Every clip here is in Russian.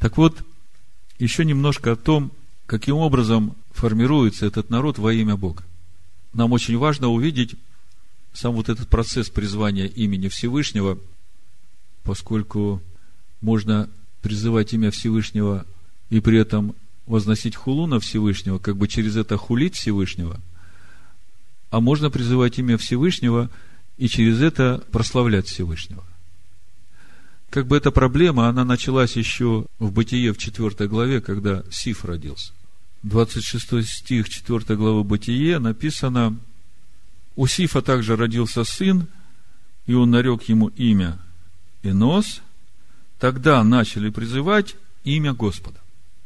Так вот, еще немножко о том, каким образом формируется этот народ во имя Бога. Нам очень важно увидеть сам вот этот процесс призвания имени Всевышнего, поскольку можно призывать имя Всевышнего и при этом возносить хулу на Всевышнего, как бы через это хулить Всевышнего, а можно призывать имя Всевышнего и через это прославлять Всевышнего. Как бы эта проблема, она началась еще в Бытие в 4 главе, когда Сиф родился. 26 стих 4 главы Бытие написано: «У Сифа также родился сын, и он нарек ему имя Энос. Тогда начали призывать имя Господа».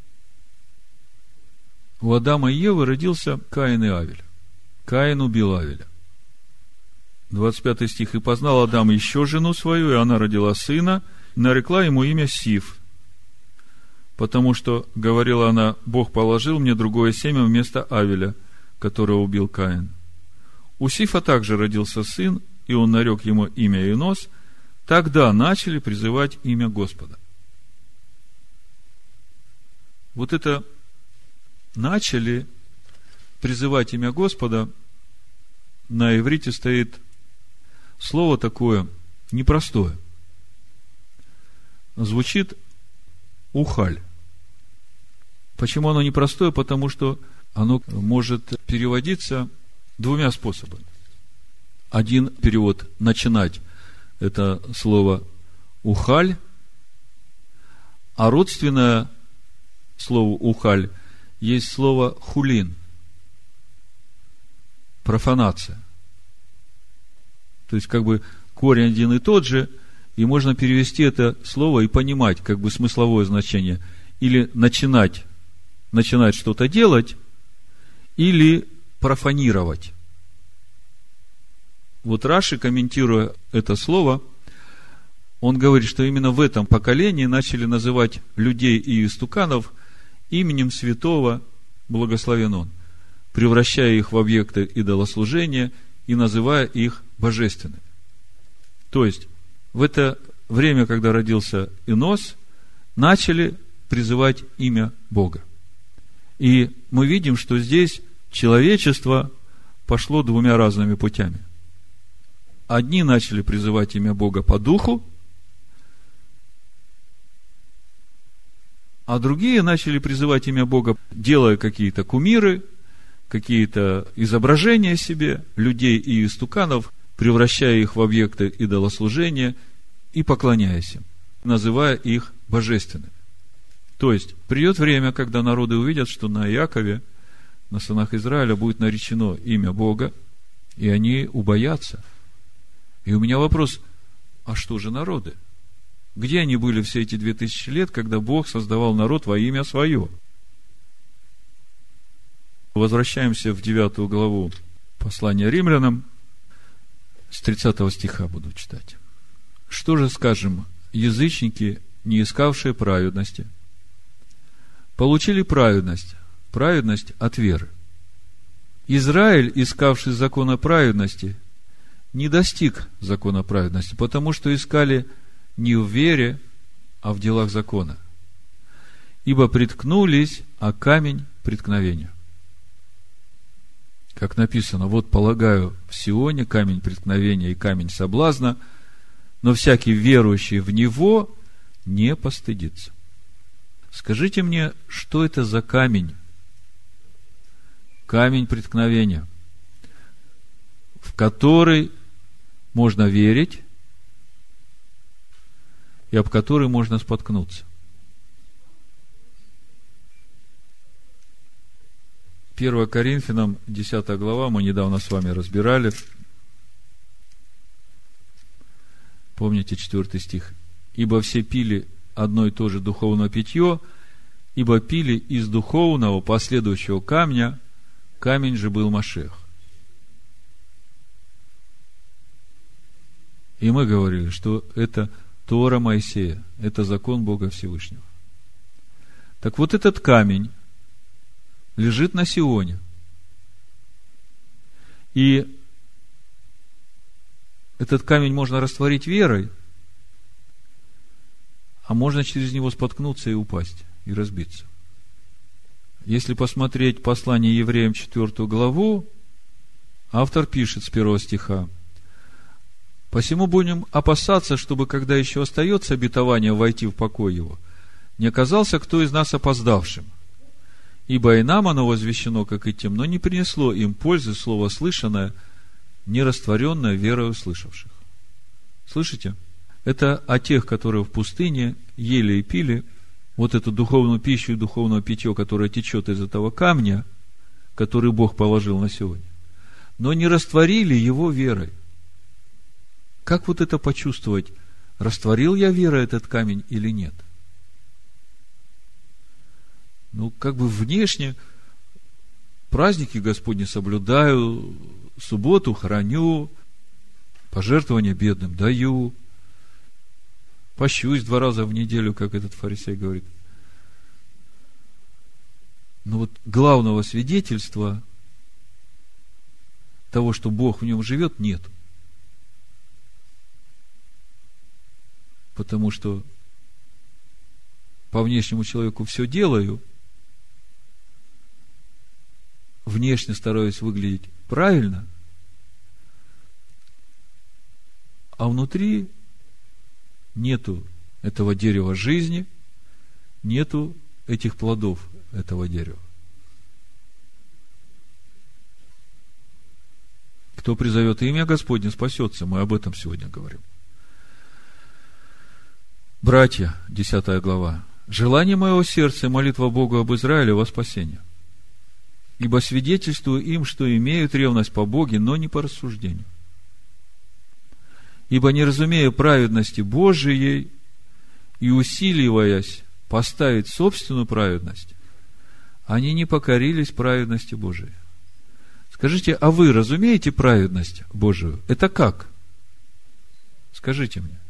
У Адама и Евы родился Каин и Авель. Каин убил Авеля. 25 стих. «И познал Адам еще жену свою, и она родила сына, и нарекла ему имя Сиф, потому что, говорила она, Бог положил мне другое семя вместо Авеля, которого убил Каин. У Сифа также родился сын, и он нарек ему имя Енос. Тогда начали призывать имя Господа». Вот это начали призывать имя Господа, на иврите стоит слово такое непростое. Звучит ухаль. Почему оно непростое? Потому что оно может переводиться двумя способами. Один перевод – начинать – это слово ухаль, а родственное слову ухаль есть слово хулин, профанация. То есть, как бы корень один и тот же, и можно перевести это слово и понимать, как бы смысловое значение. Или начинать что-то делать, или профанировать. Вот Раши, комментируя это слово, он говорит, что именно в этом поколении начали называть людей и истуканов именем святого, благословен он, превращая их в объекты идолослужения и называя их божественными. То есть, в это время, когда родился Энос, начали призывать имя Бога. И мы видим, что здесь человечество пошло двумя разными путями. Одни начали призывать имя Бога по духу, а другие начали призывать имя Бога, делая какие-то кумиры, какие-то изображения себе, людей и истуканов, превращая их в объекты идолослужения и поклоняясь им, называя их божественными. То есть, придет время, когда народы увидят, что на Иакове, на сынах Израиля будет наречено имя Бога, и они убоятся. И у меня вопрос: а что же народы? Где они были все эти 2000 лет, когда Бог создавал народ во имя свое? Возвращаемся в 9 главу послания римлянам, с 30 стиха буду читать. «Что же скажем, язычники, не искавшие праведности, получили праведность от веры. Израиль, искавший закона праведности, не достиг закона праведности, потому что искали не в вере, а в делах закона. Ибо приткнулись о камень преткновения». Как написано: «Вот полагаю в Сионе камень преткновения и камень соблазна, но всякий верующий в него не постыдится». Скажите мне, что это за камень? Камень преткновения, в который можно верить и об который можно споткнуться. 1 Коринфянам, 10 глава, мы недавно с вами разбирали. Помните 4 стих? «Ибо все пили одно и то же духовное питье, ибо пили из духовного последующего камня, камень же был Машиах». И мы говорили, что это Тора Моисея, это закон Бога Всевышнего. Так вот, этот камень лежит на Сионе. И этот камень можно растворить верой, а можно через него споткнуться и упасть, и разбиться. Если посмотреть послание Евреям 4 главу, автор пишет с 1 стиха: «Посему будем опасаться, чтобы, когда еще остается обетование войти в покой его, не оказался кто из нас опоздавшим. Ибо и нам оно возвещено, как и тем, но не принесло им пользы слово слышанное, не растворенное верою слышавших». Слышите? Это о тех, которые в пустыне ели и пили вот эту духовную пищу и духовное питье, которое течет из этого камня, который Бог положил на сегодня, но не растворили его верой. Как вот это почувствовать? Растворил я верой этот камень или нет? Как бы внешне праздники Господни соблюдаю, субботу храню, пожертвования бедным даю, пощусь 2 раза в неделю, как этот фарисей говорит. Но вот главного свидетельства того, что Бог в нем живет, нет. Потому что по внешнему человеку все делаю, внешне стараюсь выглядеть правильно, а внутри нету этого дерева жизни, нету этих плодов этого дерева. Кто призовет имя Господне, спасется. Мы об этом сегодня говорим. Братья, 10 глава. Желание моего сердца и молитва Богу об Израиле во спасение. Ибо свидетельствую им, что имеют ревность по Боге, но не по рассуждению. Ибо не разумея праведности Божией и усиливаясь поставить собственную праведность, они не покорились праведности Божией. Скажите, а вы разумеете праведность Божию? Это как? Скажите мне.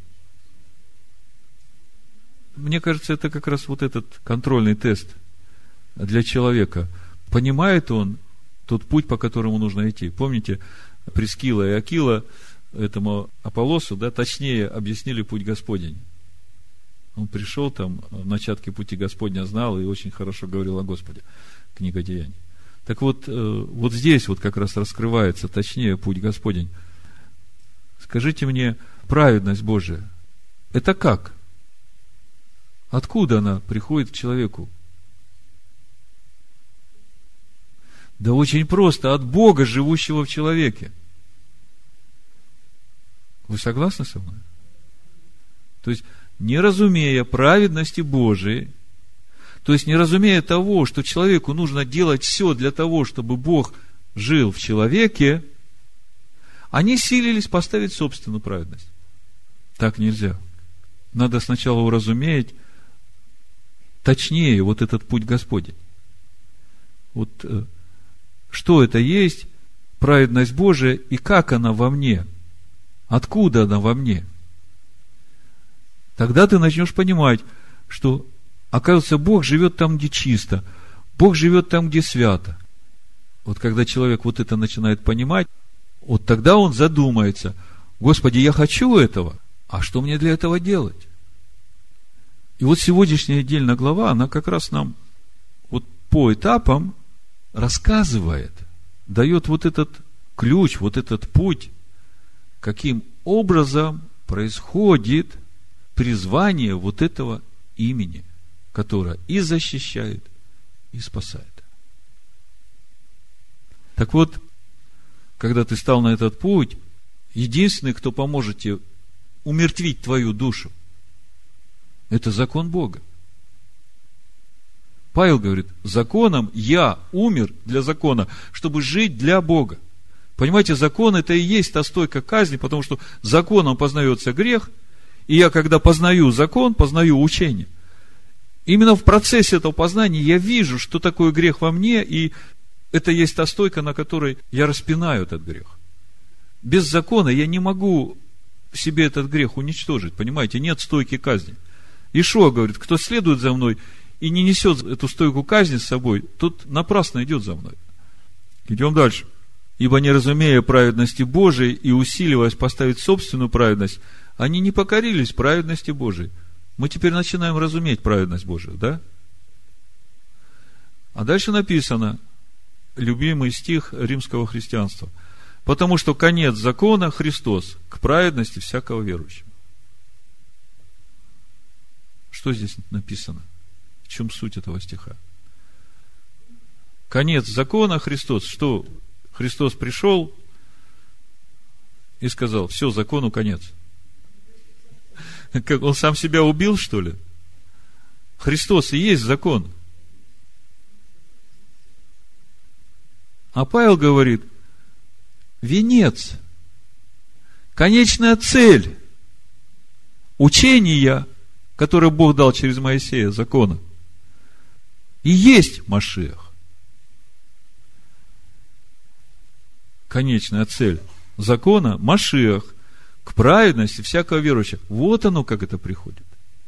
Мне кажется, это как раз вот этот контрольный тест для человека. Понимает он тот путь, по которому нужно идти? Помните, Прискила и Акила этому Аполлосу, точнее объяснили путь Господень. Он пришел там, начатки пути Господня знал и очень хорошо говорил о Господе. Книга Деяний. Так вот, вот здесь вот как раз раскрывается точнее путь Господень. Скажите мне, праведность Божия, это как? Откуда она приходит к человеку? Да очень просто, от Бога, живущего в человеке. Вы согласны со мной? То есть, не разумея праведности Божией, то есть, не разумея того, что человеку нужно делать все для того, чтобы Бог жил в человеке, они силились поставить собственную праведность. Так нельзя. Надо сначала уразуметь точнее вот этот путь Господень. Вот что это есть праведность Божия и как она во мне? Откуда она во мне? Тогда ты начнешь понимать, что, оказывается, Бог живет там, где чисто, Бог живет там, где свято. Вот когда человек вот это начинает понимать, вот тогда он задумается: Господи, я хочу этого, а что мне для этого делать? И вот сегодняшняя отдельная глава, она как раз нам вот по этапам рассказывает, дает вот этот ключ, вот этот путь, каким образом происходит призвание вот этого имени, которое и защищает, и спасает. Так вот, когда ты стал на этот путь, единственный, кто поможет тебе умертвить твою душу, это закон Бога. Павел говорит: законом я умер для закона, чтобы жить для Бога. Понимаете, закон это и есть та стойка казни, потому что законом познается грех, и я, когда познаю закон, познаю учение. Именно в процессе этого познания я вижу, что такое грех во мне, и это есть та стойка, на которой я распинаю этот грех. Без закона я не могу в себе этот грех уничтожить, понимаете, нет стойки казни. Ишуа говорит: кто следует за мной и не несет эту стойку казни с собой, тот напрасно идет за мной. Идем дальше. Ибо не разумея праведности Божией и усиливаясь поставить собственную праведность, они не покорились праведности Божией. Мы теперь начинаем разуметь праведность Божию, да? А дальше написано, любимый стих римского христианства: потому что конец закона — Христос, к праведности всякого верующего. Что здесь написано? В чем суть этого стиха? Конец закона — Христос. Что? Христос пришел и сказал: все, закону конец. Как, он сам себя убил, что ли? Христос и есть закон. А Павел говорит: венец, конечная цель учения, которое Бог дал через Моисея, закона, и есть Машиах. Конечная цель закона — Машиах, к праведности всякого верующего. Вот оно, как это приходит.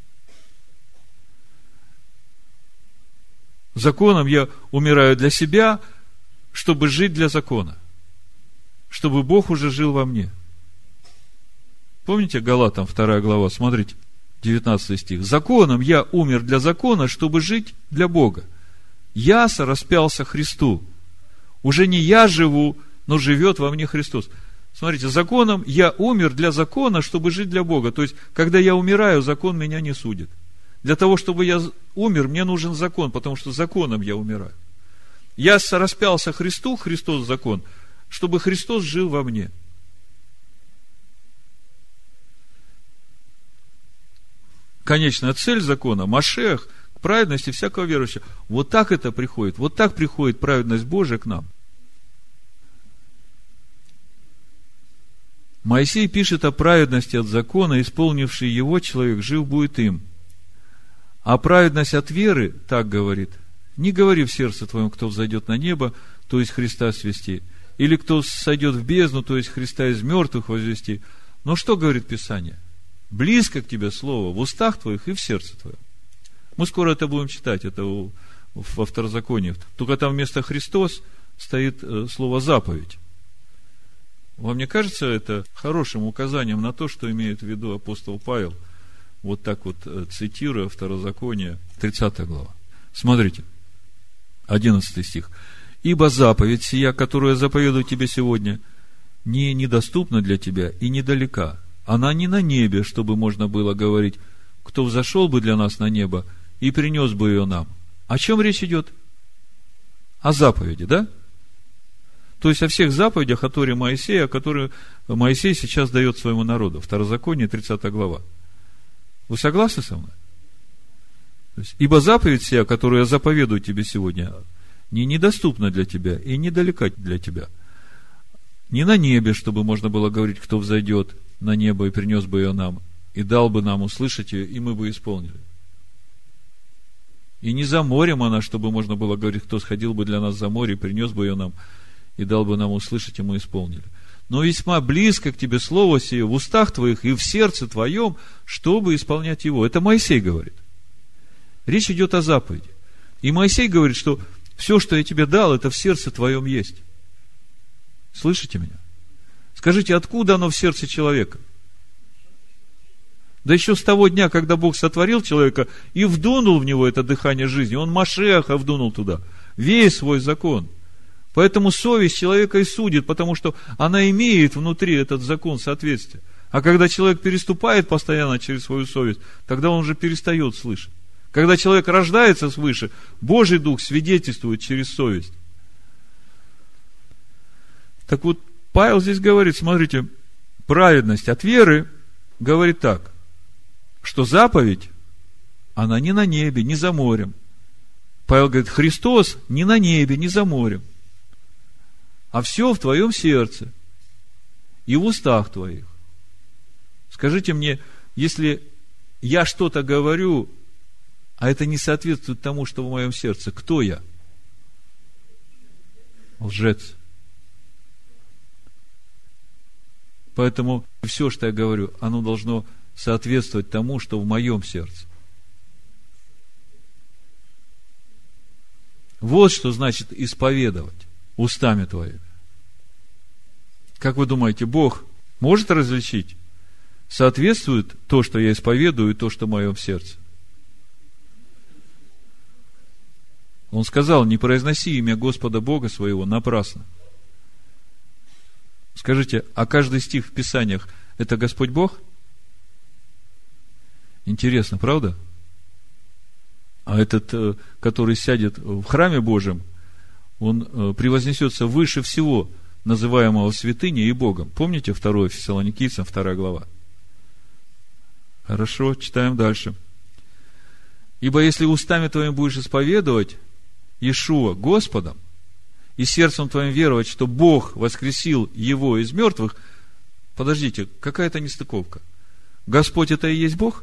Законом я умираю для себя, чтобы жить для закона, чтобы Бог уже жил во мне. Помните Галатам 2 глава, смотрите, 19 стих. Законом я умер для закона, чтобы жить для Бога. Я сораспялся Христу. Уже не я живу, но живет во мне Христос. Смотрите, законом я умер для закона, чтобы жить для Бога. То есть, когда я умираю, закон меня не судит. Для того, чтобы я умер, мне нужен закон, потому что законом я умираю. Я сораспялся Христу, Христос закон, чтобы Христос жил во мне. Конечная цель закона — Машиах, к праведности всякого верующего. Вот так это приходит. Вот так приходит праведность Божия к нам. Моисей пишет о праведности от закона, исполнивший его человек жив будет им. А праведность от веры, так говорит: не говори в сердце твоем, кто взойдет на небо, то есть Христа свести, или кто сойдет в бездну, то есть Христа из мертвых возвести. Но что говорит Писание? Близко к тебе слово в устах твоих и в сердце твоем. Мы скоро это будем читать, это во Второзаконии. Только там вместо Христос стоит слово заповедь. Вам не кажется это хорошим указанием на то, что имеет в виду апостол Павел, вот так вот цитируя Второзаконие, 30 глава? Смотрите, 11 стих. «Ибо заповедь сия, которую я заповедую тебе сегодня, не недоступна для тебя и недалека. Она не на небе, чтобы можно было говорить: кто взошел бы для нас на небо и принес бы ее нам». О чем речь идет? О заповеди, да? То есть о всех заповедях о Торе Моисея, которые Моисей сейчас дает своему народу. Второзаконие, 30 глава. Вы согласны со мной? То есть, ибо заповедь сия, которую я заповедую тебе сегодня, не недоступна для тебя и недалека для тебя. Не на небе, чтобы можно было говорить: кто взойдет на небо и принес бы ее нам, и дал бы нам услышать ее, и мы бы исполнили. И не за морем она, чтобы можно было говорить: кто сходил бы для нас за море и принес бы ее нам, и дал бы нам услышать, и мы исполнили. Но весьма близко к тебе слово сие в устах твоих и в сердце твоем, чтобы исполнять его. Это Моисей говорит. Речь идет о заповеди. И Моисей говорит, что все, что я тебе дал, это в сердце твоем есть. Слышите меня? Скажите, откуда оно в сердце человека? Да еще с того дня, когда Бог сотворил человека и вдунул в него это дыхание жизни, он Машиаха вдунул туда, весь свой закон. Поэтому совесть человека и судит, потому что она имеет внутри этот закон соответствия. А когда человек переступает постоянно через свою совесть, тогда он уже перестает слышать. Когда человек рождается свыше, Божий Дух свидетельствует через совесть. Так вот, Павел здесь говорит, смотрите, праведность от веры говорит так, что заповедь, она не на небе, не за морем. Павел говорит, Христос не на небе, не за морем, а все в твоем сердце и в устах твоих. Скажите мне, если я что-то говорю, а это не соответствует тому, что в моем сердце, кто я? Лжец. Поэтому все, что я говорю, оно должно соответствовать тому, что в моем сердце. Вот что значит исповедовать устами твоими. Как вы думаете, Бог может различить соответствует то, что я исповедую, и то, что в моем сердце? Он сказал: не произноси имя Господа Бога своего напрасно. Скажите, а каждый стих в Писаниях – это Господь Бог? Интересно, правда? А этот, который сядет в храме Божьем, он превознесется выше всего, называемого святыней и Богом. Помните 2 Фессалоникийцам, 2 глава? Хорошо, читаем дальше. Ибо если устами твоими будешь исповедовать Иешуа Господом, и сердцем твоим веровать, что Бог воскресил его из мертвых, подождите, какая-то нестыковка. Господь это и есть Бог?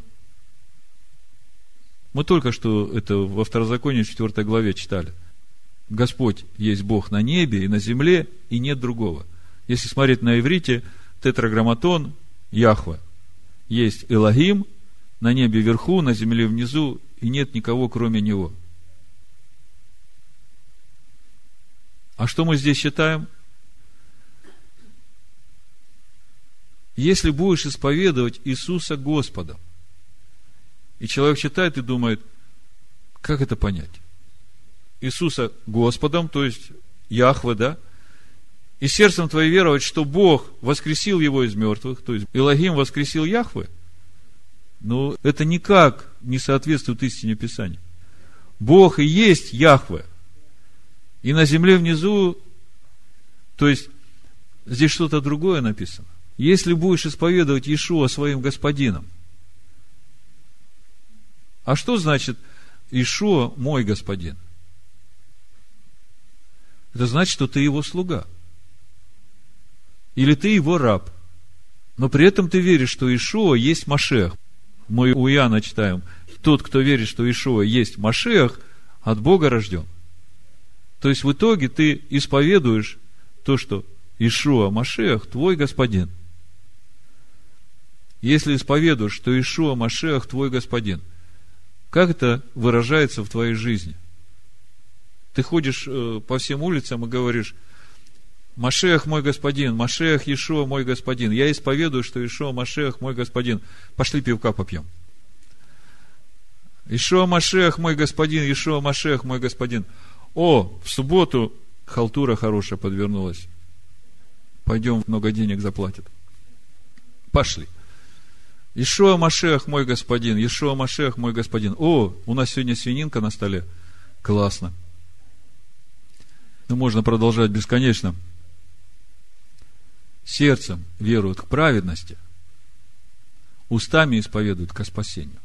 Мы только что это во Второзаконии 4 главе читали. Господь есть Бог на небе и на земле, и нет другого. Если смотреть на иврите, тетраграмматон Яхве. Есть Элохим на небе вверху, на земле внизу, и нет никого, кроме Него. А что мы здесь считаем? Если будешь исповедовать Иисуса Господом, и человек читает и думает, как это понять? Иисуса Господом, то есть Яхве, да? И сердцем твоим веровать, что Бог воскресил его из мертвых, то есть Элохим воскресил Яхве, но это никак не соответствует истине Писания. Бог и есть Яхве. И на земле внизу, то есть здесь что-то другое написано. Если будешь исповедовать Иешуа своим господином. А что значит Иешуа мой господин? Это значит, что ты его слуга. Или ты его раб. Но при этом ты веришь, что Иешуа есть Машиах. Мы у Иоанна читаем: тот, кто верит, что Иешуа есть Машиах, от Бога рожден. То есть в итоге ты исповедуешь то, что Иешуа Машиах твой господин. Если исповедуешь, что Иешуа Машиах твой господин, как это выражается в твоей жизни? Ты ходишь по всем улицам и говоришь: Машиах мой господин, Машиах Иешуа мой господин. Я исповедую, что Иешуа Машиах мой господин. Пошли пивка попьем. Иешуа Машиах мой господин, Иешуа Машиах мой господин. О, в субботу халтура хорошая подвернулась. Пойдем, много денег заплатят. Пошли. Иешуа Машиах мой господин, Иешуа Машиах мой господин. О, у нас сегодня свининка на столе. Классно. Ну, можно продолжать бесконечно. Сердцем веруют к праведности, устами исповедуют ко спасению.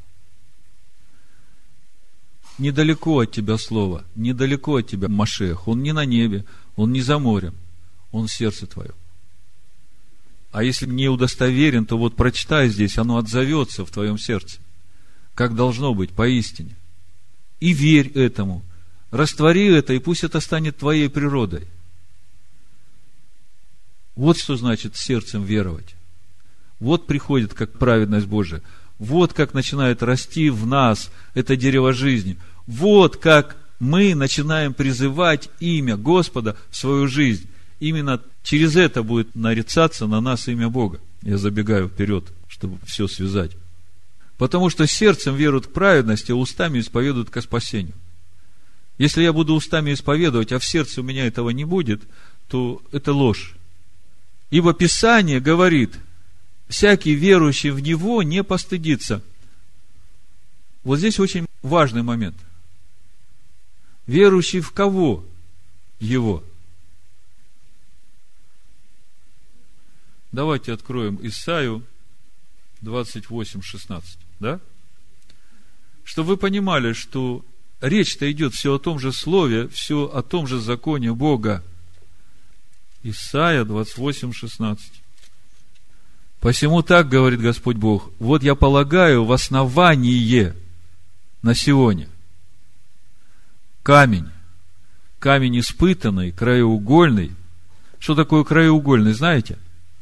Недалеко от тебя слово, недалеко от тебя Машиах. Он не на небе, он не за морем, он в сердце твоем. А если не удостоверен, то вот прочитай здесь, оно отзовется в твоем сердце, как должно быть поистине. И верь этому, раствори это, и пусть это станет твоей природой. Вот что значит сердцем веровать. Вот приходит как праведность Божия. Вот как начинает расти в нас это дерево жизни. Вот как мы начинаем призывать имя Господа в свою жизнь. Именно через это будет нарицаться на нас имя Бога. Я забегаю вперед, чтобы все связать. Потому что сердцем веруют к праведности, а устами исповедуют ко спасению. Если я буду устами исповедовать, а в сердце у меня этого не будет, то это ложь. Ибо Писание говорит: всякий верующий в Него не постыдится. Вот здесь очень важный момент. Верующий в кого? Его. Давайте откроем Исайю 28:16. Да? Чтобы вы понимали, что речь-то идет все о том же слове, все о том же законе Бога. Исайя 28:16. Посему так говорит Господь Бог: вот я полагаю в основание на Сионе камень испытанный, краеугольный. Что такое краеугольный, знаете?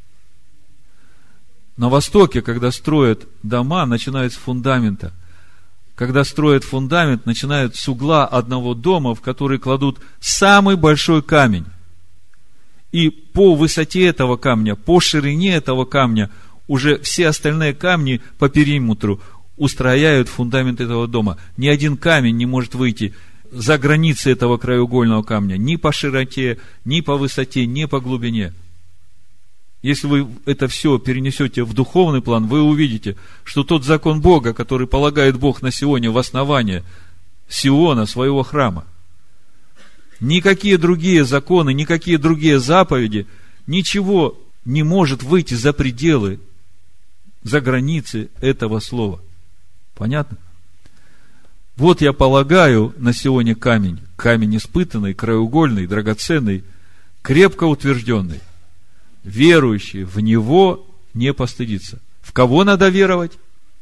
На Востоке, когда строят дома, начинают с фундамента. Когда строят фундамент, начинают с угла одного дома, в который кладут самый большой камень. И по высоте этого камня, по ширине этого камня уже все остальные камни по периметру устрояют фундамент этого дома. Ни один камень не может выйти за границы этого краеугольного камня, ни по широте, ни по высоте, ни по глубине. Если вы это все перенесете в духовный план, вы увидите, что тот закон Бога, который полагает Бог на Сионе в основание Сиона, своего храма, никакие другие законы, никакие другие заповеди, ничего не может выйти за пределы, за границы этого слова. Понятно? Вот я полагаю на Сионе камень, камень испытанный, краеугольный, драгоценный, крепко утвержденный. Верующий в него не постыдится. В кого надо веровать?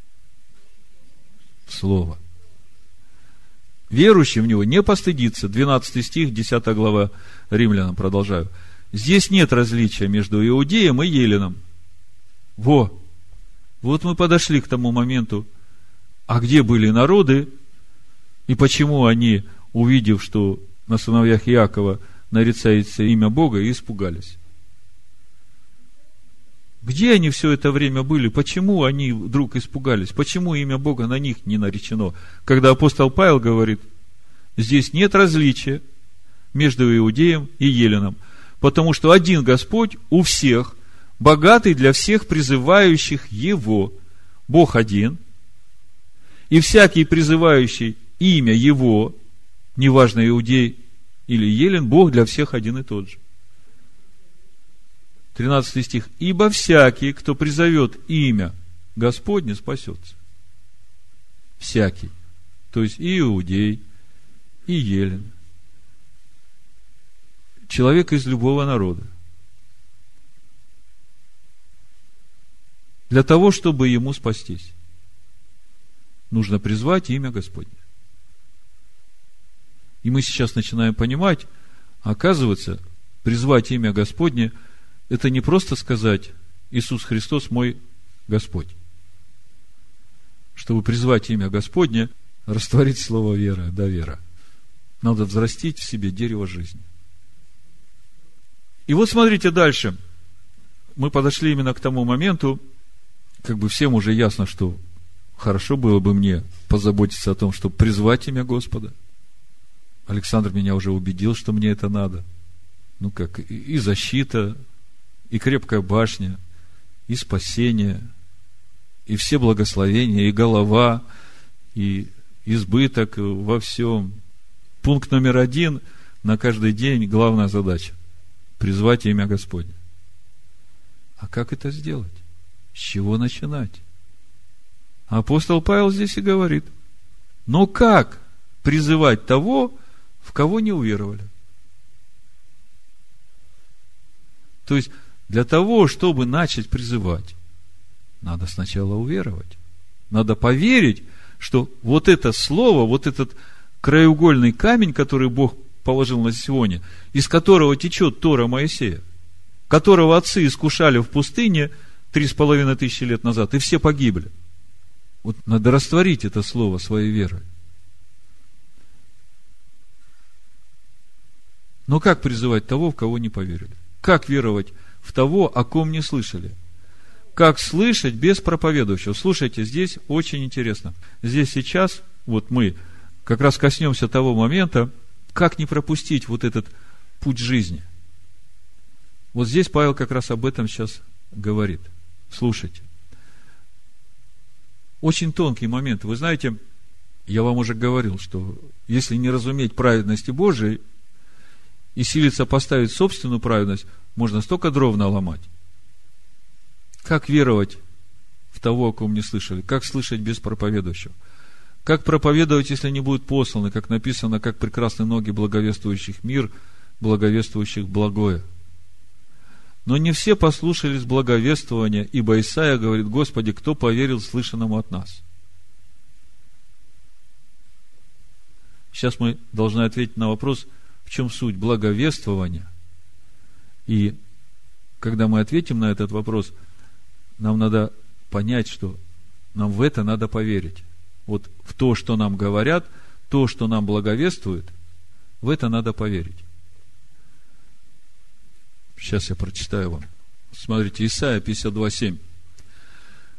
В Слово. Верующий в него не постыдится. 12 стих, 10 глава Римлянам, продолжаю. Здесь нет различия между иудеем и еленом. Вот мы подошли к тому моменту, а где были народы, и почему они, увидев, что на сыновьях Иакова нарицается имя Бога, испугались. Где они все это время были? Почему они вдруг испугались? Почему имя Бога на них не наречено? Когда апостол Павел говорит, здесь нет различия между иудеем и еленом, потому что один Господь у всех, богатый для всех призывающих Его. Бог один, и всякий призывающий имя Его, неважно, иудей или елен, Бог для всех один и тот же. 13 стих. Ибо всякий, кто призовет имя Господне, спасется. Всякий. То есть и иудей, и елен. Человек из любого народа. Для того, чтобы ему спастись, нужно призвать имя Господне. И мы сейчас начинаем понимать, оказывается, призвать имя Господне – это не просто сказать Иисус Христос мой Господь. Чтобы призвать имя Господне, растворить слово вера, да, вера. Надо взрастить в себе дерево жизни. И вот смотрите дальше. Мы подошли именно к тому моменту, как бы всем уже ясно, что хорошо было бы мне позаботиться о том, чтобы призвать имя Господа. Александр меня уже убедил, что мне это надо. Ну как, и защита, и крепкая башня, и спасение, и все благословения, и голова, и избыток во всем. Пункт номер 1 на каждый день, главная задача – призвать имя Господне. А как это сделать? С чего начинать? Апостол Павел здесь и говорит, но как призывать того, в кого не уверовали? То есть, для того, чтобы начать призывать, надо сначала уверовать. Надо поверить, что вот это слово, вот этот краеугольный камень, который Бог положил на Сионе, из которого течет Тора Моисея, которого отцы искушали в пустыне 3500 лет назад, и все погибли. Вот надо растворить это слово своей верой. Но как призывать того, в кого не поверили? Как веровать в того, о ком не слышали? Как слышать без проповедующего? Слушайте, здесь очень интересно. Здесь сейчас, вот мы как раз коснемся того момента, как не пропустить вот этот путь жизни. Вот здесь Павел как раз об этом сейчас говорит. Слушайте. Очень тонкий момент. Вы знаете, я вам уже говорил, что если не разуметь праведности Божией и силиться поставить собственную праведность, можно столько дров наломать. Как веровать в того, о ком не слышали? Как слышать без проповедующего? Как проповедовать, если не будут посланы? Как написано, как прекрасны ноги благовествующих мир, благовествующих благое. Но не все послушались благовествования, ибо Исаия говорит: Господи, кто поверил слышанному от нас? Сейчас мы должны ответить на вопрос, в чем суть благовествования. И когда мы ответим на этот вопрос, нам надо понять, что нам в это надо поверить. Вот в то, что нам говорят, то, что нам благовествуют, в это надо поверить. Сейчас я прочитаю вам. Смотрите, Исайя 52:7.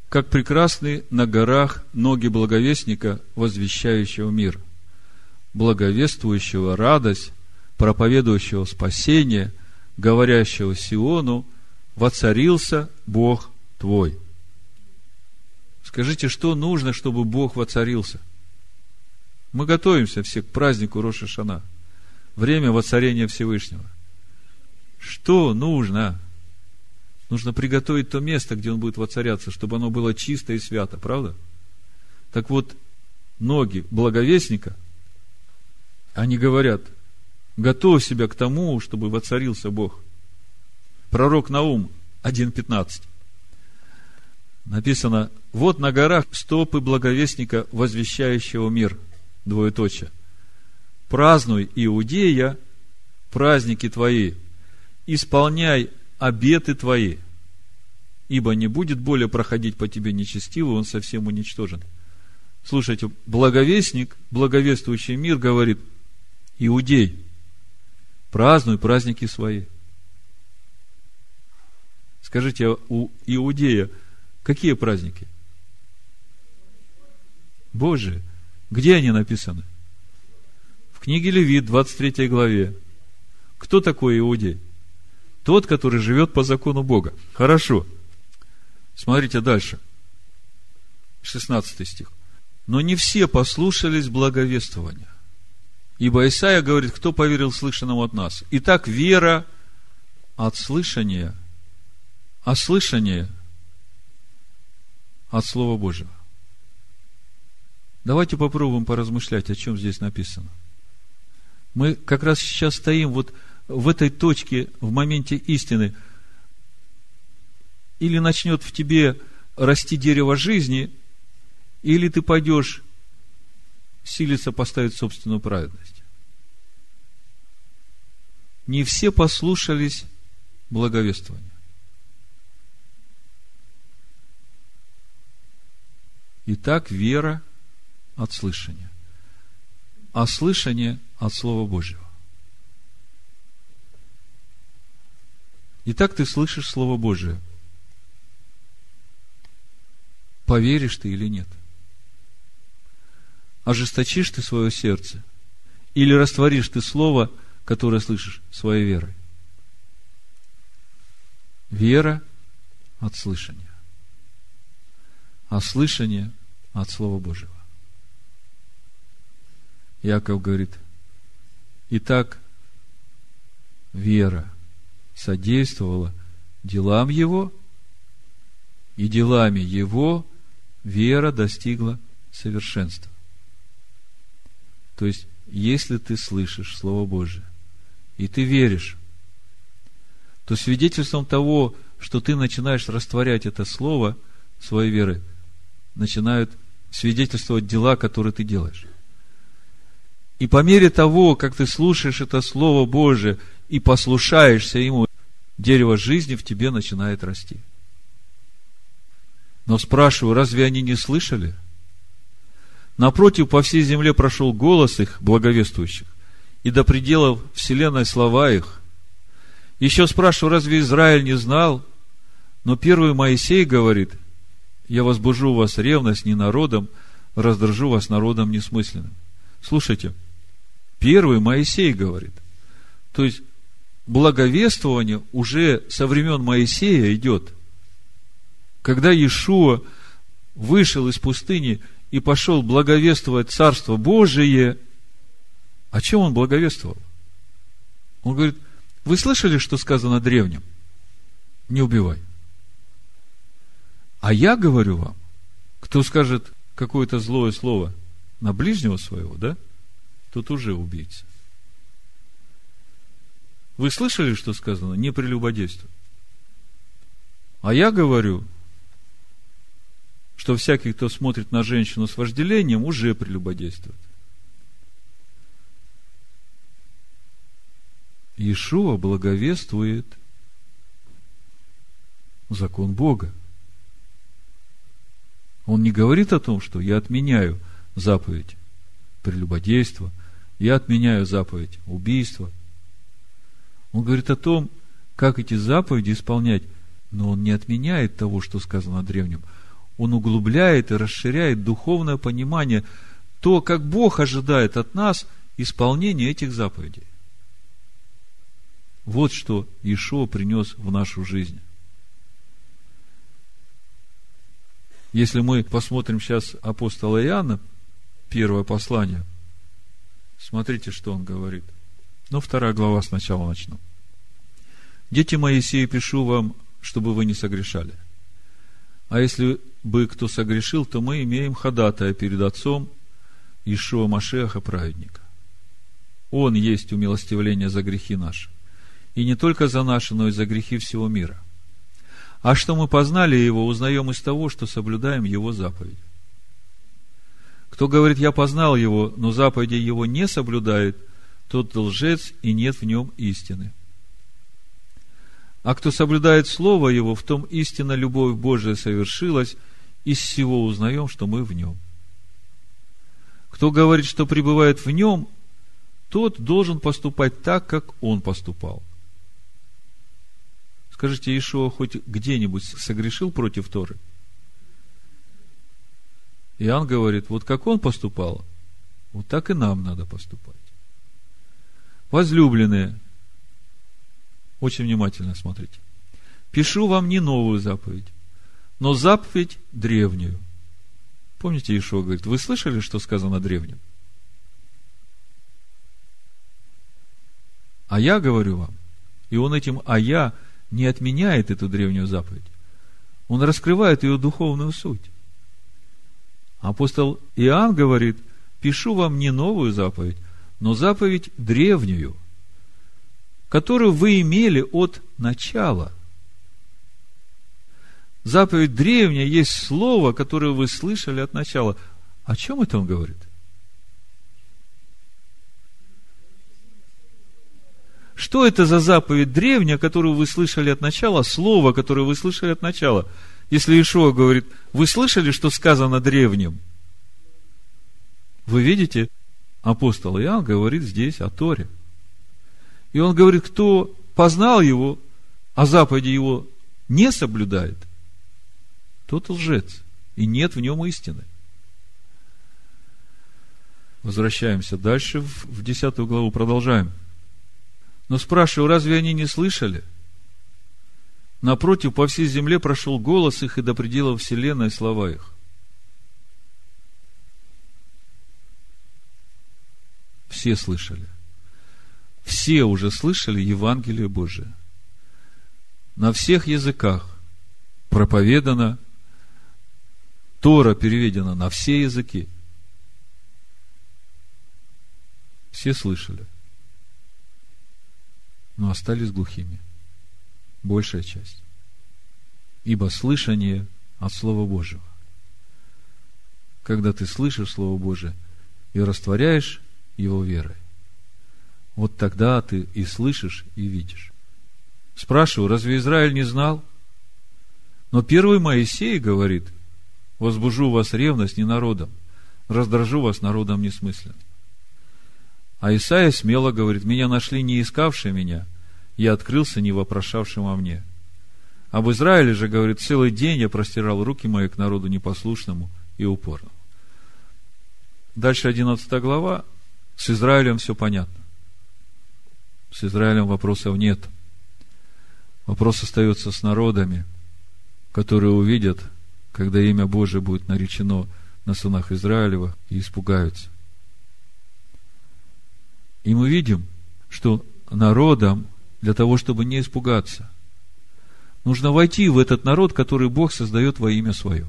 как прекрасны на горах ноги благовестника, возвещающего мир, благовествующего радость, проповедующего спасение, говорящего Сиону: воцарился Бог твой. Скажите, что нужно, чтобы Бог воцарился? Мы готовимся все к празднику Рош ха-Шана, время воцарения Всевышнего. Что нужно? Нужно приготовить то место, где Он будет воцаряться, чтобы оно было чисто и свято, правда? Так вот, ноги благовестника, они говорят: готовь себя к тому, чтобы воцарился Бог. Пророк Наум 1:15. Написано: вот на горах стопы благовестника, возвещающего мир. Двоеточие. Празднуй, Иудея, праздники твои, исполняй обеты твои, ибо не будет более проходить по тебе нечестивый, он совсем уничтожен. Слушайте, благовестник, благовествующий мир говорит: Иудей, празднуй праздники свои. Скажите, а у Иудея какие праздники? Божии. Где они написаны? В книге Левит, 23 главе. Кто такой Иудей? Тот, который живет по закону Бога. Хорошо. Смотрите дальше. 16 стих. Но не все послушались благовествования. Ибо Исаия говорит: кто поверил слышанному от нас? Итак, вера от слышания, а слышание от Слова Божьего. Давайте попробуем поразмышлять, о чем здесь написано. Мы как раз сейчас стоим вот в этой точке, в моменте истины. Или начнет в тебе расти дерево жизни, или ты пойдешь силиться поставить собственную праведность. Не все послушались благовествования. Итак, вера от слышания, а слышание от Слова Божьего. Итак, ты слышишь Слово Божие. Поверишь ты или нет? Ожесточишь ты свое сердце? Или растворишь ты Слово, которое слышишь, своей верой? Вера от слышания, а слышание от Слова Божьего. Иаков говорит: итак, вера содействовала делам его, и делами его вера достигла совершенства. То есть, если ты слышишь Слово Божие, и ты веришь, то свидетельством того, что ты начинаешь растворять это Слово своей веры, начинают свидетельствовать дела, которые ты делаешь. И по мере того, как ты слушаешь это Слово Божие и послушаешься ему, дерево жизни в тебе начинает расти. Но спрашиваю, разве они не слышали? Напротив, по всей земле прошел голос их, благовествующих, и до пределов вселенной слова их. Еще спрашиваю, разве Израиль не знал? Но первый Моисей говорит: я возбужу у вас ревность не народом, раздражу вас народом несмысленным. Слушайте, первый Моисей говорит. То есть, благовествование уже со времен Моисея идет. Когда Иешуа вышел из пустыни и пошел благовествовать Царство Божие, о чем он благовествовал? Он говорит: вы слышали, что сказано древним? Не убивай. А я говорю вам, кто скажет какое-то злое слово на ближнего своего, да, тот уже убийца. Вы слышали, что сказано? Не прелюбодействуй. А я говорю, что всякий, кто смотрит на женщину с вожделением, уже прелюбодействует. Иешуа благовествует закон Бога. Он не говорит о том, что я отменяю заповедь прелюбодейства, я отменяю заповедь убийства. Он говорит о том, как эти заповеди исполнять, но он не отменяет того, что сказано древним. Он углубляет и расширяет духовное понимание, то, как Бог ожидает от нас исполнения этих заповедей. Вот что Иешуа принес в нашу жизнь. Если мы посмотрим сейчас апостола Иоанна, первое послание, смотрите, что он говорит. 2 глава сначала начну. «Дети мои, сие пишу вам, чтобы вы не согрешали. А если бы кто согрешил, то мы имеем ходатая перед Отцом, Иешуа Машиаха, праведника. Он есть умилостивление за грехи наши. И не только за наши, но и за грехи всего мира. А что мы познали Его, узнаем из того, что соблюдаем Его заповеди. Кто говорит, я познал Его, но заповеди Его не соблюдает, тот лжец, и нет в нем истины. А кто соблюдает Слово Его, в том истинно любовь Божия совершилась, из всего узнаем, что мы в Нем. Кто говорит, что пребывает в Нем, тот должен поступать так, как Он поступал». Скажите, Иешуа хоть где-нибудь согрешил против Торы? Иоанн говорит, вот как он поступал, вот так и нам надо поступать. Возлюбленные, очень внимательно смотрите. Пишу вам не новую заповедь, но заповедь древнюю. Помните, Иешуа говорит, вы слышали, что сказано древним? А я говорю вам, и он этим «а я» не отменяет эту древнюю заповедь. Он раскрывает ее духовную суть. Апостол Иоанн говорит, пишу вам не новую заповедь, но заповедь древнюю, которую вы имели от начала. Заповедь древняя есть слово, которое вы слышали от начала. О чем это он говорит? Что это за заповедь древняя, которую вы слышали от начала, слово, которое вы слышали от начала? Если Иешуа говорит, вы слышали, что сказано древним? Вы видите, апостол Иоанн говорит здесь о Торе. И он говорит, кто познал его, а заповеди его не соблюдает, тот лжец, и нет в нем истины. Возвращаемся дальше в 10 главу, продолжаем. Но спрашиваю, разве они не слышали? Напротив, по всей земле прошел голос их, и до пределов вселенной слова их. Все слышали. Все уже слышали Евангелие Божие. На всех языках проповедано, Тора переведена на все языки. Все слышали. Но остались глухими. Большая часть. Ибо слышание от Слова Божьего. Когда ты слышишь Слово Божие и растворяешь его верой, вот тогда ты и слышишь, и видишь. Спрашиваю, разве Израиль не знал? Но первый Моисей говорит, возбужу вас ревность не народом, раздражу вас народом несмысленным. А Исаия смело говорит, меня нашли не искавшие меня, я открылся не вопрошавшим о мне. Об Израиле же говорит, целый день я простирал руки мои к народу непослушному и упорному. Дальше 11 глава, с Израилем все понятно. С Израилем вопросов нет. Вопрос остается с народами, которые увидят, когда имя Божие будет наречено на сынах Израилева, и испугаются. И мы видим, что народам, для того, чтобы не испугаться, нужно войти в этот народ, который Бог создает во имя Свое.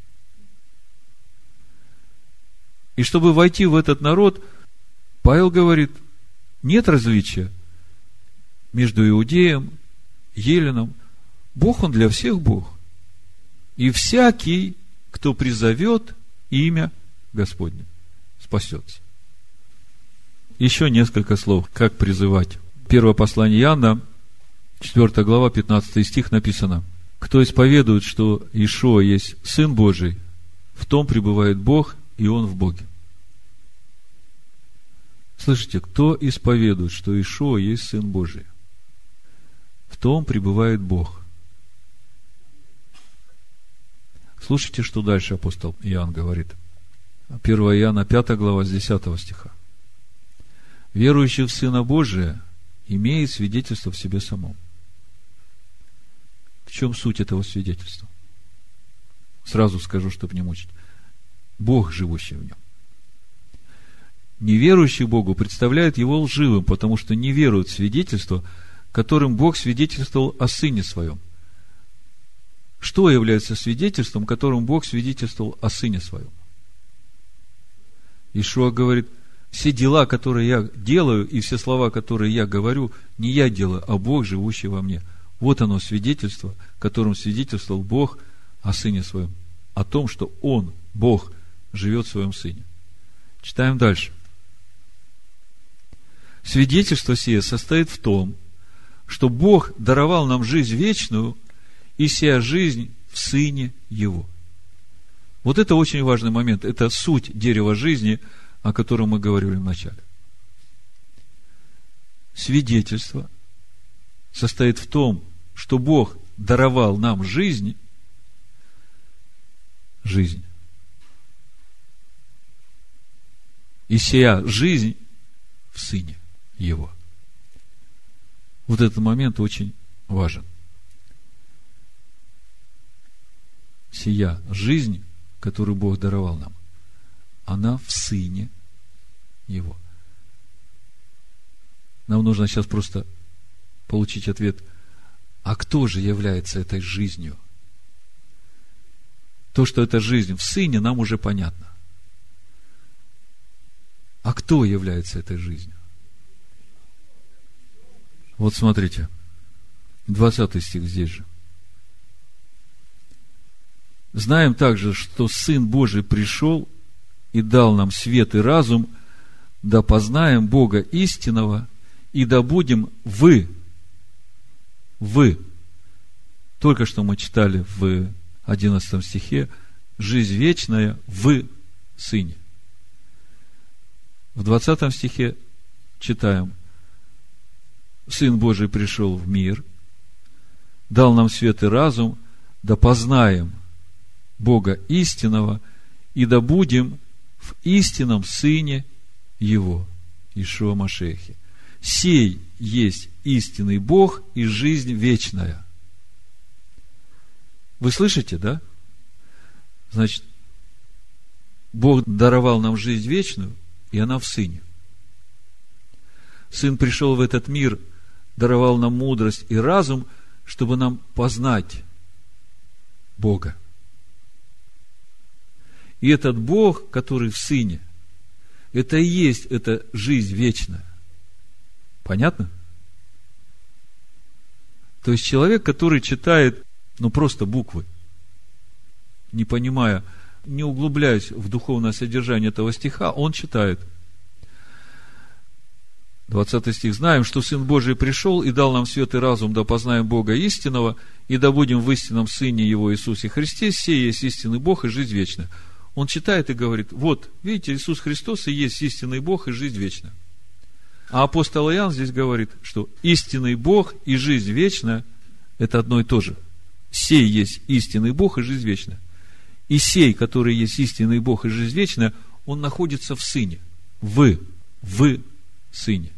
И чтобы войти в этот народ, Павел говорит, нет различия между иудеем, еленом. Бог, Он для всех Бог. И всякий, кто призовет имя Господне, спасется. Еще несколько слов, как призывать. Первое послание Иоанна, 4 глава, 15 стих написано: кто исповедует, что Иешуа есть Сын Божий, в том пребывает Бог, и Он в Боге. Слышите, кто исповедует, что Иешуа есть Сын Божий, в том пребывает Бог. Слушайте, что дальше апостол Иоанн говорит. 1 Иоанна 5 глава с 10 стиха. Верующий в Сына Божия имеет свидетельство в себе самом. В чем суть этого свидетельства? Сразу скажу, чтобы не мучить. Бог, живущий в нем. Неверующий Богу представляет его лживым, потому что не верует в свидетельство, которым Бог свидетельствовал о Сыне Своем. Что является свидетельством, которым Бог свидетельствовал о Сыне Своем? Иешуа говорит: все дела, которые я делаю, и все слова, которые я говорю, не я делаю, а Бог, живущий во мне. Вот оно свидетельство, которым свидетельствовал Бог о Сыне Своем, о том, что Он, Бог, живет в Своем Сыне. Читаем дальше. Свидетельство сие состоит в том, что Бог даровал нам жизнь вечную, и сия жизнь в Сыне Его. Вот это очень важный момент. Это суть дерева жизни, о котором мы говорили в начале. Свидетельство состоит в том, что Бог даровал нам жизнь. И сия жизнь в Сыне Его. Вот этот момент очень важен. Сия жизнь, которую Бог даровал нам, она в Сыне Его. Нам нужно сейчас просто получить ответ: а кто же является этой жизнью? То, что это жизнь в Сыне, нам уже понятно. А кто является этой жизнью? Вот смотрите, 20 стих здесь же. Знаем также, что Сын Божий пришел и дал нам свет и разум, да познаем Бога истинного, и да будем вы. Только что мы читали в 11 стихе: жизнь вечная в Сыне. В 20 стихе читаем: Сын Божий пришел в мир, дал нам свет и разум, да познаем Бога истинного, и да будем в истинном Сыне Его, Иешуа Машиахе. Сей есть истинный Бог и жизнь вечная. Вы слышите, да? Значит, Бог даровал нам жизнь вечную, и она в Сыне. Сын пришел в этот мир, даровал нам мудрость и разум, чтобы нам познать Бога. И этот Бог, который в Сыне, это и есть эта жизнь вечная. Понятно? То есть человек, который читает, просто буквы, не понимая, не углубляясь в духовное содержание этого стиха, он читает. 20 стих. Знаем, что Сын Божий пришел и дал нам свет и разум, да познаем Бога истинного, и да будем в истинном Сыне Его Иисусе Христе, сей есть истинный Бог и жизнь вечная. Он читает и говорит: вот, видите, Иисус Христос и есть истинный Бог и жизнь вечная. А апостол Иоанн здесь говорит, что истинный Бог и жизнь вечная – это одно и то же. Сей есть истинный Бог и жизнь вечная. И сей, который есть истинный Бог и жизнь вечная, он находится в Сыне. В Сыне.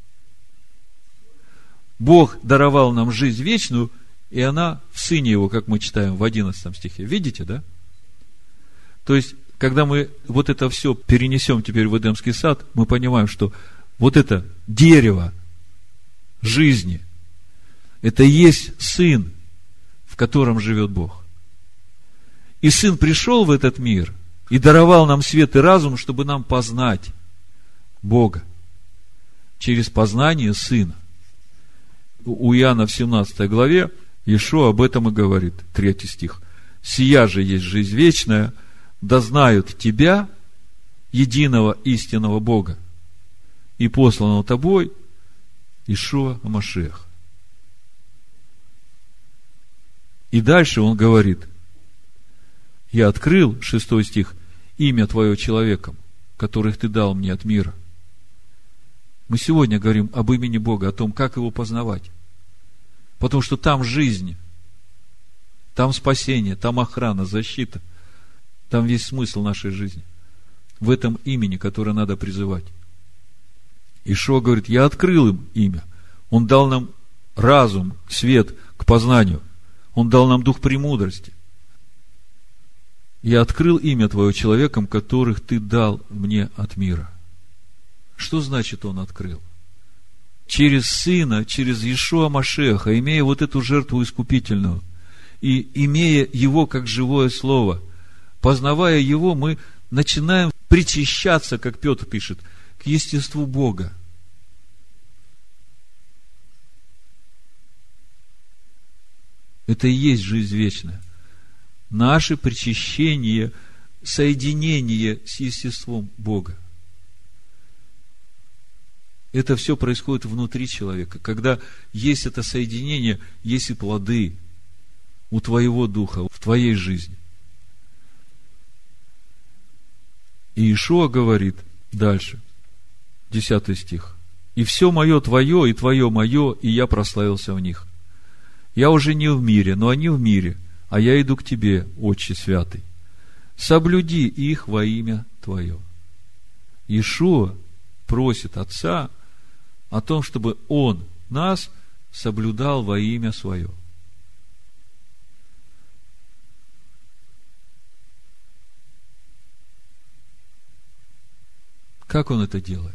Бог даровал нам жизнь вечную, и она в Сыне Его, как мы читаем в 11 стихе. Видите, да? То есть, когда мы вот это все перенесем теперь в Эдемский сад, мы понимаем, что вот это дерево жизни, это и есть Сын, в котором живет Бог. И Сын пришел в этот мир и даровал нам свет и разум, чтобы нам познать Бога через познание Сына. У Иоанна в 17 главе Иешуа об этом и говорит, 3 стих. «Сия же есть жизнь вечная, да знают Тебя, единого истинного Бога, и посланного Тобой, Иешуа Машиах». И дальше он говорит: «Я открыл», 6 стих, «имя Твое человеком, которых Ты дал мне от мира». Мы сегодня говорим об имени Бога, о том, как Его познавать. Потому что там жизнь. Там спасение, там охрана, защита. Там весь смысл нашей жизни. В этом имени, которое надо призывать. Ишуа говорит, я открыл им имя. Он дал нам разум, свет к познанию. Он дал нам дух премудрости. Я открыл имя Твое человекам, которых Ты дал мне от мира. Что значит Он открыл? Через Сына, через Иешуа Машеха, имея вот эту жертву искупительную, и имея Его как живое Слово, познавая Его, мы начинаем причащаться, как Петр пишет, к естеству Бога. Это и есть жизнь вечная. Наше причащение, соединение с естеством Бога. Это все происходит внутри человека. Когда есть это соединение, есть и плоды у твоего духа, в твоей жизни. И Иешуа говорит дальше, 10 стих. «И все мое твое, и твое мое, и я прославился в них. Я уже не в мире, но они в мире, а я иду к тебе, Отче Святый. Соблюди их во имя Твое». Иешуа просит Отца о том, чтобы Он нас соблюдал во имя Свое. Как Он это делает?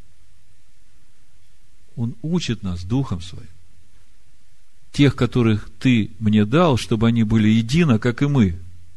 Он учит нас Духом Своим. Тех, которых Ты мне дал, чтобы они были едино, как и мы.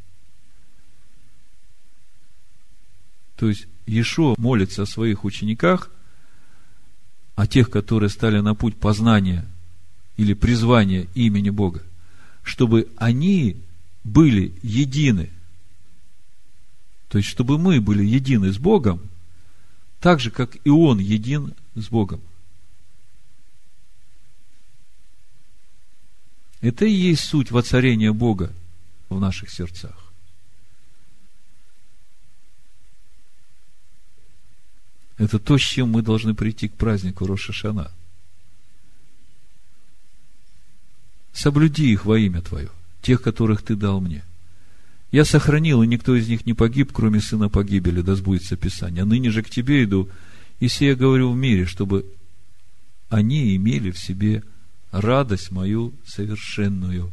То есть, Иешуа молится о своих учениках, о тех, которые стали на путь познания или призвания имени Бога, чтобы они были едины. То есть, чтобы мы были едины с Богом, так же, как и Он един с Богом. Это и есть суть воцарения Бога в наших сердцах. Это то, с чем мы должны прийти к празднику Рош ха-Шана. Соблюди их во имя Твое, тех, которых Ты дал мне. Я сохранил, и никто из них не погиб, кроме сына погибели, да сбудется Писание. Ныне же к Тебе иду, и сие говорю в мире, чтобы они имели в себе радость мою совершенную.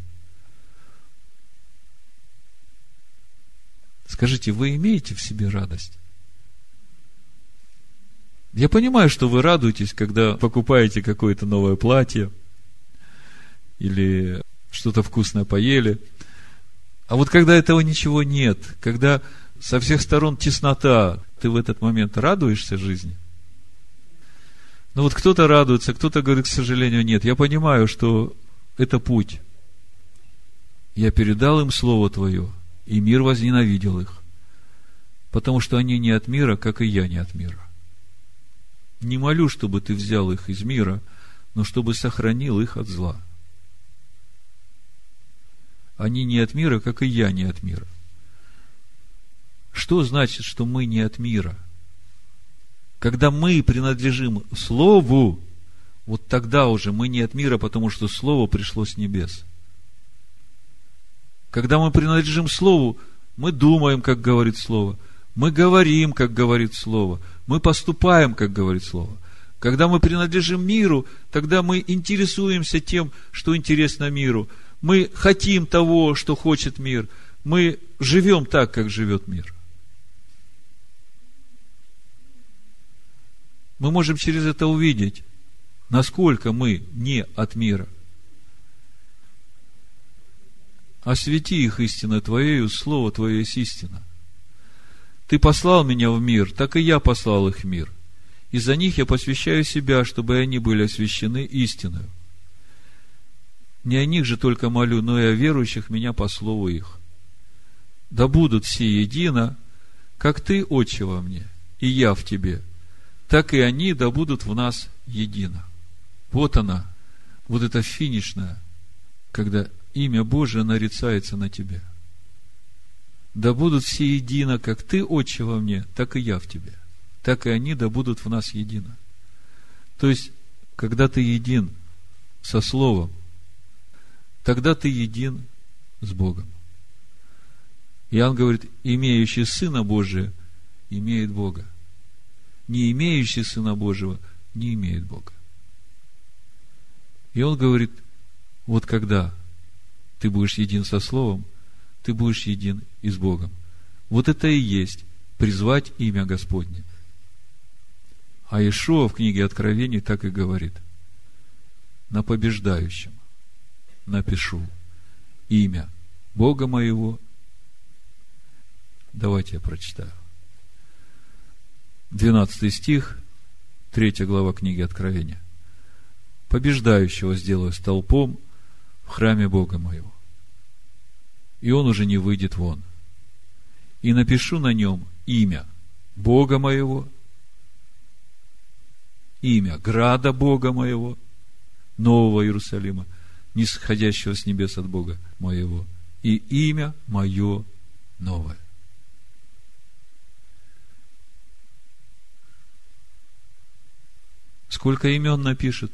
Скажите, вы имеете в себе радость? Я понимаю, что вы радуетесь, когда покупаете какое-то новое платье или что-то вкусное поели. А вот когда этого ничего нет, когда со всех сторон теснота, ты в этот момент радуешься жизни? Ну вот кто-то радуется, кто-то говорит, к сожалению, нет. Я понимаю, что это путь. Я передал им Слово Твое, и мир возненавидел их, потому что они не от мира, как и я не от мира. Не молю, чтобы Ты взял их из мира, но чтобы сохранил их от зла. Они не от мира, как и я не от мира. Что значит, что мы не от мира? Когда мы принадлежим Слову, вот тогда уже мы не от мира, потому что Слово пришло с небес. Когда мы принадлежим Слову, мы думаем, как говорит Слово, мы говорим, как говорит Слово, мы поступаем, как говорит Слово. Когда мы принадлежим миру, тогда мы интересуемся тем, что интересно миру. Мы хотим того, что хочет мир. Мы живем так, как живет мир. Мы можем через это увидеть, насколько мы не от мира. Освети их истиной Твоею, Слово Твое есть истина. Ты послал меня в мир, так и я послал их в мир. И за них я посвящаю себя, чтобы они были освящены истиною. Не о них же только молю, но и о верующих меня по слову их. Да будут все едино, как Ты, Отче, во мне, и я в Тебе, так и они да будут в нас едино. Вот она, вот эта финишная, когда имя Божие нарицается на тебе. Да будут все едино, как Ты, Отче, во мне, так и я в Тебе, так и они да будут в нас едино. То есть, когда ты един со Словом, тогда ты един с Богом. Иоанн говорит, имеющий Сына Божия имеет Бога. Не имеющий Сына Божьего не имеет Бога. И он говорит, вот когда ты будешь един со Словом, ты будешь един и с Богом. Вот это и есть призвать имя Господне. А Иешуа в книге Откровений так и говорит: на побеждающем напишу имя Бога моего. Давайте я прочитаю. 12 стих, 3 глава книги Откровения. Побеждающего сделаю столпом в храме Бога моего, и он уже не выйдет вон. И напишу на нем имя Бога моего, имя града Бога моего, Нового Иерусалима, нисходящего с небес от Бога моего, и имя мое новое. Сколько имен напишет?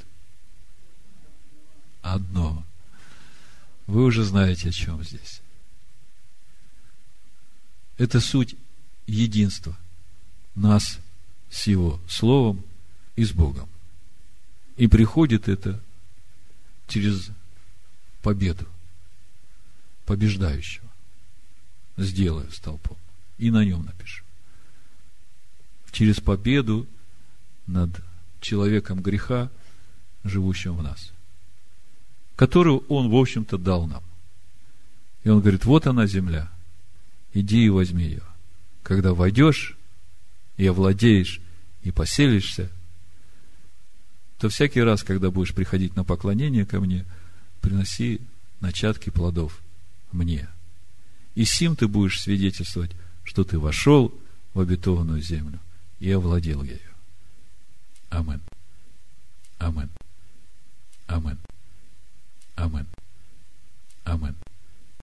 Одно. Вы уже знаете, о чем здесь. Это суть единства нас с Его Словом и с Богом. И приходит это через победу побеждающего. Сделаю столпом. И на нем напишу. Через победу над человеком греха, живущим в нас, которую Он, в общем-то, дал нам. И Он говорит, вот она земля, иди и возьми ее. Когда войдешь и овладеешь и поселишься, то всякий раз, когда будешь приходить на поклонение ко мне, приноси начатки плодов мне. И сим ты будешь свидетельствовать, что ты вошел в обетованную землю и овладел ею. Амин. Амин. Амин. Амин. Амин.